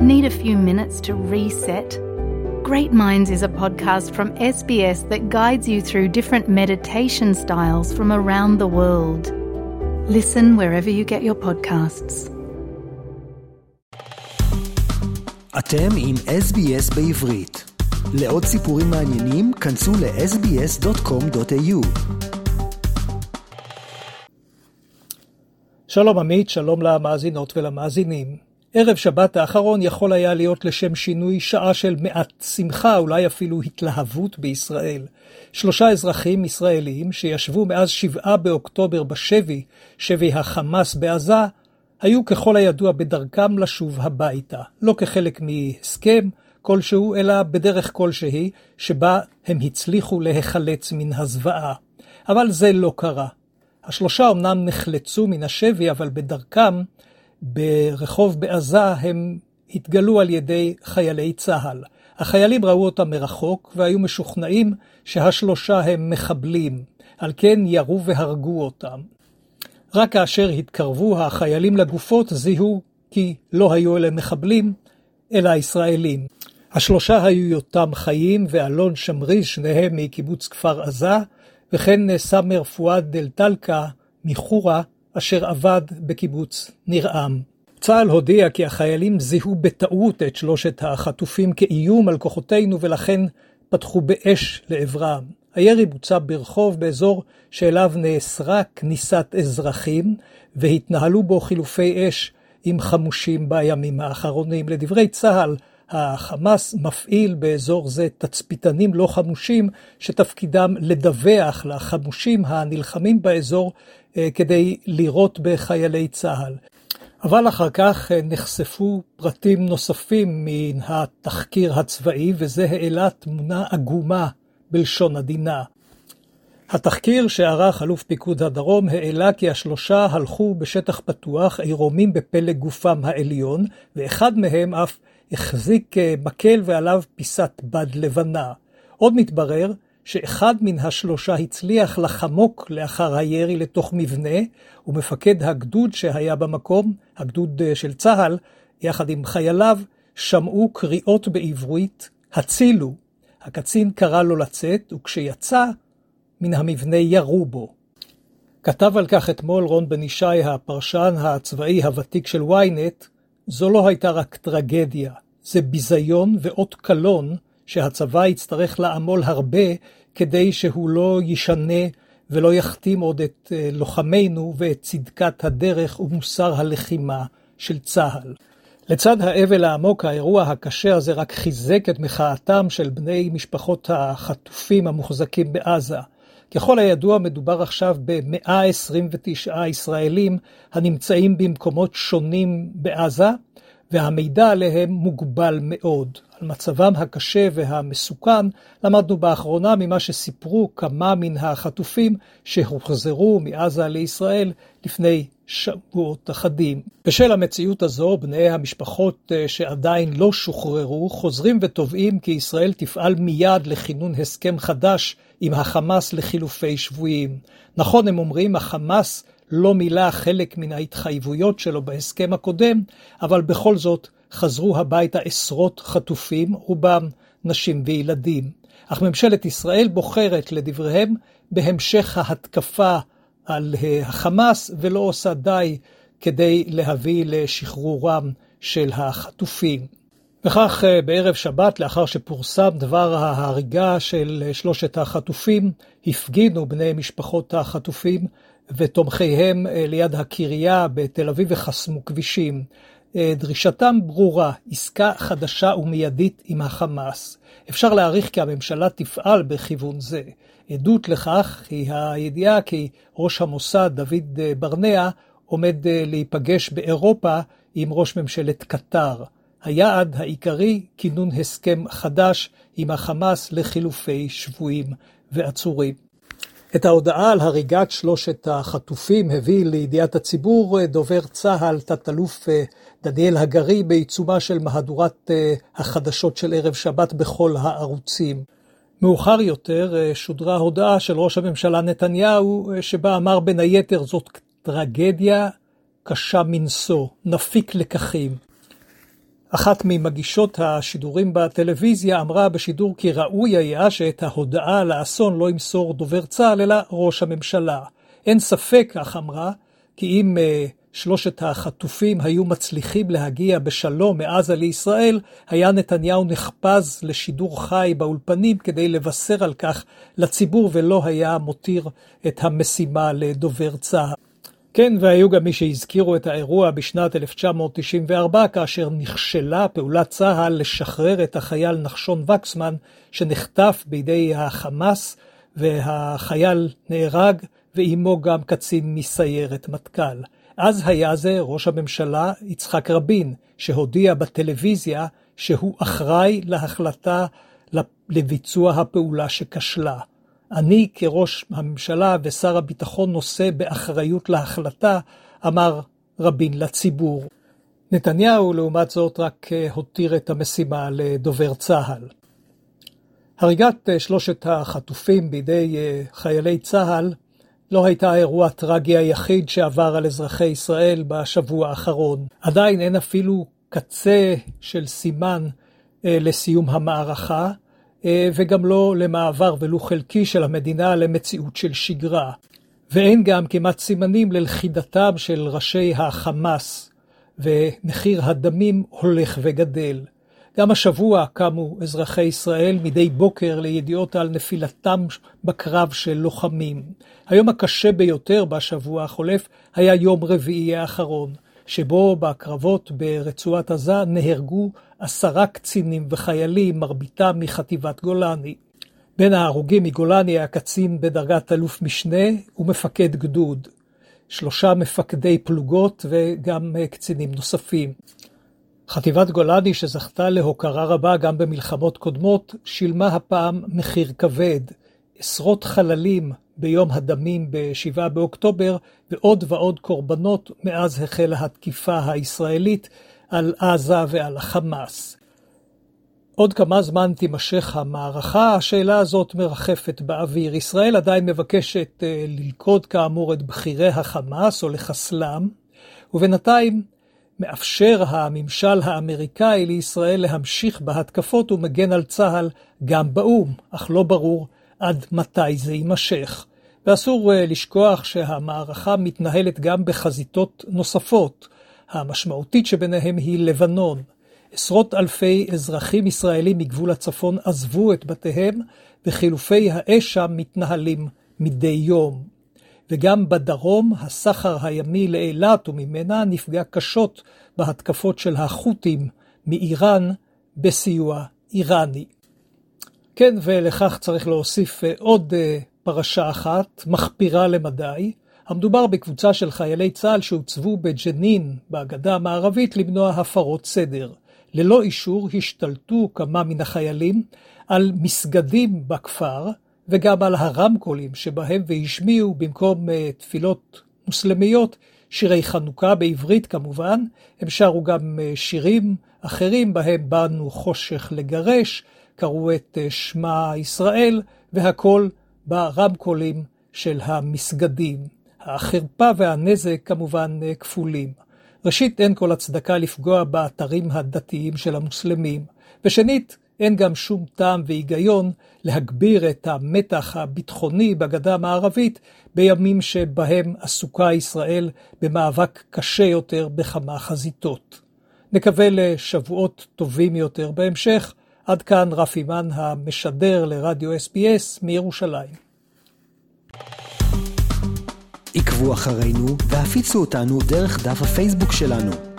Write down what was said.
Need a few minutes to reset? Great Minds is a podcast from SBS that guides you through different meditation styles from around the world. Listen wherever you get your podcasts. אתם עם SBS בעברית. לעוד סיפורים מעניינים, כנסו ל-sbs.com.au. שלום עמית, שלום למאזינות ולמאזינים. ערב שבת האחרון יכול היה להיות לשם שינוי שעה של מעט שמחה, אולי אפילו התלהבות בישראל. 3 אזרחים ישראלים שישבו מאז 7 באוקטובר בשבי, שבי החמאס בעזה, היו ככל הידוע בדרכם לשוב הביתה, לא כחלק מהסכם כלשהו, אלא בדרך כלשהי שבה הם הצליחו להיחלץ מן הזוועה. אבל זה לא קרה. השלושה אמנם נחלצו מן השבי, אבל בדרכם ברחוב בעזה הם התגלו על ידי חיילי צה"ל. החיילים ראו אותם מרחוק והיו משוכנעים שהשלושה הם מחבלים, על כן ירו והרגו אותם. רק כאשר התקרבו החיילים לגופות זיהו כי לא היו אלה מחבלים, אלא ישראלים. השלושה היו יותם חיים ואלון שמריז, שניהם מקיבוץ כפר עזה, וכן סמר פואד דלטלקה מחורה, אשר עבד בקיבוץ נרעם. צה"ל הודיע כי החיילים זיהו בטעות את 3 החטופים כאיום על כוחותינו, ולכן פתחו באש לעברם. הירי בוצע ברחוב באזור שאליו נאסרה כניסת אזרחים, והתנהלו בו חילופי אש עם חמושים בימים האחרונים. לדברי צה"ל, החמאס מפעיל באזור זה תצפיתנים לא חמושים, שתפקידם לדווח לחמושים הנלחמים באזור כדי לירות בחיילי צה"ל. אבל אחר כך נחשפו פרטים נוספים מן התחקיר הצבאי, וזה העלה תמונה עגומה בלשון עדינה. התחקיר שערך אלוף פיקוד הדרום העלה כי השלושה הלכו בשטח פתוח, עירומים בפלג גופם העליון, ואחד מהם אף החזיק מקל ועליו פיסת בד לבנה. עוד מתברר שאחד מן השלושה הצליח לחמוק לאחר הירי לתוך מבנה, ומפקד הגדוד שהיה במקום, הגדוד של צה"ל, יחד עם חייליו, שמעו קריאות בעברית, הצילו. הקצין קרא לו לצאת, וכשיצא מן המבנה ירו בו. כתב על כך אתמול רון בן ישי, הפרשן הצבאי הוותיק של ynet, זו לא הייתה רק טרגדיה, זה ביזיון ואות קלון שהצבא יצטרך לעמול הרבה כדי שהוא לא ישנה ולא יחתים עוד את לוחמינו ואת צדקת הדרך ומוסר הלחימה של צה"ל. לצד האבל העמוק, האירוע הקשה הזה רק חיזק את מחאתם של בני משפחות החטופים המוחזקים בעזה. ככל הידוע מדובר עכשיו ב-129 ישראלים הנמצאים במקומות שונים בעזה, והמידע עליהם מוגבל מאוד. על מצבם הקשה והמסוכן למדנו באחרונה ממה שסיפרו כמה מן החטופים שהוחזרו מעזה לישראל לפני שבועות אחדים. בשל המציאות הזו, בני המשפחות שעדיין לא שוחררו חוזרים ותובעים כי ישראל תפעל מיד לכינון הסכם חדש עם החמאס לחילופי שבויים. נכון, הם אומרים, החמאס לא מילא חלק מן ההתחייבויות שלו בהסכם הקודם, אבל בכל זאת חזרו הביתה עשרות חטופים, רובם נשים וילדים. אך ממשלת ישראל בוחרת לדבריהם בהמשך ההתקפה על החמאס, ולא עושה די כדי להביא לשחרורם של החטופים. וכך בערב שבת, לאחר שפורסם דבר ההריגה של 3 החטופים, הפגינו בני משפחות החטופים ותומכיהם ליד הקריה בתל אביב וחסמו כבישים. דרישתם ברורה, עסקה חדשה ומיידית עם החמאס. אפשר להעריך כי הממשלה תפעל בכיוון זה. עדות לכך היא הידיעה כי ראש המוסד דוד ברנע עומד להיפגש באירופה עם ראש ממשלת קטר. היעד העיקרי כינון הסכם חדש עם החמאס לחילופי שבויים ועצורים. את ההודעה על הריגת 3 החטופים הביא לידיעת הציבור דובר צה"ל תת-אלוף דניאל הגרי בעיצומה של מהדורת החדשות של ערב שבת בכל הערוצים. מאוחר יותר שודרה הודעה של ראש הממשלה נתניהו שבה אמר בין היתר זאת טרגדיה קשה מנשוא, נפיק לקחים. אחת ממגישות השידורים בטלוויזיה אמרה בשידור כי ראוי היה שאת ההודעה על האסון לא ימסור דובר צה"ל אלא ראש הממשלה. אין ספק, כך אמרה, כי אם שלושת החטופים היו מצליחים להגיע בשלום מעזה לישראל, היה נתניהו נחפז לשידור חי באולפנים כדי לבשר על כך לציבור ולא היה מותיר את המשימה לדובר צה"ל. כן, והיו גם מי שהזכירו את האירוע בשנת 1994, כאשר נכשלה פעולת צה"ל לשחרר את החייל נחשון וקסמן, שנחטף בידי החמאס, והחייל נהרג, ועמו גם קצין מסיירת מטכ"ל. אז היה זה ראש הממשלה יצחק רבין, שהודיע בטלוויזיה שהוא אחראי להחלטה לביצוע הפעולה שכשלה. אני כראש הממשלה ושר הביטחון נושא באחריות להחלטה, אמר רבין לציבור. נתניהו לעומת זאת רק הותיר את המשימה לדובר צה"ל. הריגת שלושת החטופים בידי חיילי צה"ל לא הייתה האירוע הטרגי היחיד שעבר על אזרחי ישראל בשבוע האחרון. עדיין אין אפילו קצה של סימן לסיום המערכה, וגם לא למעבר ולו חלקי של המדינה למציאות של שגרה. ואין גם כמעט סימנים ללכידתם של ראשי החמאס, ומחיר הדמים הולך וגדל. גם השבוע קמו אזרחי ישראל מדי בוקר לידיעות על נפילתם בקרב של לוחמים. היום הקשה ביותר בשבוע החולף היה יום רביעי האחרון, שבו בקרבות ברצועת עזה נהרגו 10 קצינים וחיילים, מרביתם מחטיבת גולני. בין ההרוגים מגולני היה קצין בדרגת אלוף משנה ומפקד גדוד, 3 מפקדי פלוגות וגם קצינים נוספים. חטיבת גולני, שזכתה להוקרה רבה גם במלחמות קודמות, שילמה הפעם מחיר כבד. עשרות חללים ביום הדמים ב-7 באוקטובר, ועוד ועוד קורבנות מאז החלה התקיפה הישראלית על עזה ועל החמאס. עוד כמה זמן תימשך המערכה, השאלה הזאת מרחפת באוויר. ישראל עדיין מבקשת ללכוד כאמור את בכירי החמאס או לחסלם, ובינתיים מאפשר הממשל האמריקאי לישראל להמשיך בהתקפות ומגן על צה"ל גם באום, אך לא ברור עד מתי זה יימשך. ואסור לשכוח שהמערכה מתנהלת גם בחזיתות נוספות. המשמעותית שביניהם היא לבנון. עשרות אלפי אזרחים ישראלים מגבול הצפון עזבו את בתיהם, וחילופי האש שם מתנהלים מדי יום. וגם בדרום הסחר הימי לאילת וממנה נפגע קשות בהתקפות של החות'ים מאיראן בסיוע איראני. כן, ולכך צריך להוסיף עוד פרשה אחת, מחפירה למדי. המדובר בקבוצה של חיילי צה"ל שהוצבו בג'נין, בגדה המערבית, למנוע הפרות סדר. ללא אישור השתלטו כמה מן החיילים על מסגדים בכפר, וגם על הרמקולים שבהם והשמיעו במקום תפילות מוסלמיות, שירי חנוכה בעברית כמובן. הם שרו גם שירים אחרים בהם באנו חושך לגרש, קראו את שמע ישראל, והכל ברמקולים של המסגדים. החרפה והנזק כמובן כפולים. ראשית, אין כל הצדקה לפגוע באתרים הדתיים של המוסלמים, ושנית, אין גם שום טעם והיגיון להגביר את המתח הביטחוני בגדה המערבית בימים שבהם עסוקה ישראל במאבק קשה יותר בכמה חזיתות. נקווה לשבועות טובים יותר בהמשך. עד כאן רפי מן המשדר לרדיו SBS מירושלים. עקבו אחרינו והפיצו אותנו דרך דף הפייסבוק שלנו.